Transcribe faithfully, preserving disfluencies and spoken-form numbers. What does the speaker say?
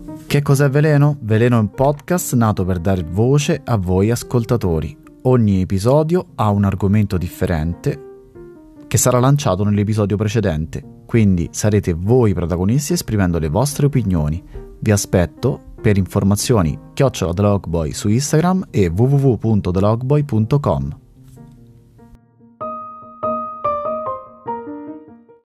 Che cos'è Veleno? Veleno è un podcast nato per dare voce a voi ascoltatori. Ogni episodio ha un argomento differente che sarà lanciato nell'episodio precedente, quindi sarete voi protagonisti esprimendo le vostre opinioni. Vi aspetto per informazioni chiocciola The Logboy su Instagram e w w w punto the logboy punto com.